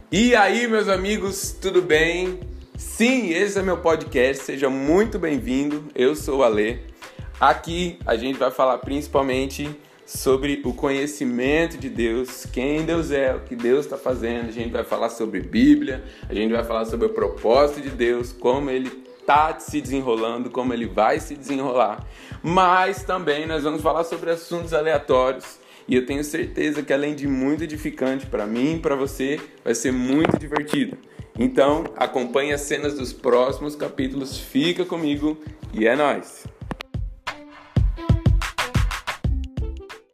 E aí, meus amigos, tudo bem? Sim, esse é meu podcast, seja muito bem-vindo. Eu sou o Alê. Aqui a gente vai falar principalmente sobre o conhecimento de Deus, quem Deus é, o que Deus está fazendo. A gente vai falar sobre Bíblia, a gente vai falar sobre o propósito de Deus, como Ele está se desenrolando, como Ele vai se desenrolar. Mas também nós vamos falar sobre assuntos aleatórios. E eu tenho certeza que além de muito edificante para mim e para você, vai ser muito divertido. Então, acompanhe as cenas dos próximos capítulos, fica comigo e é nóis!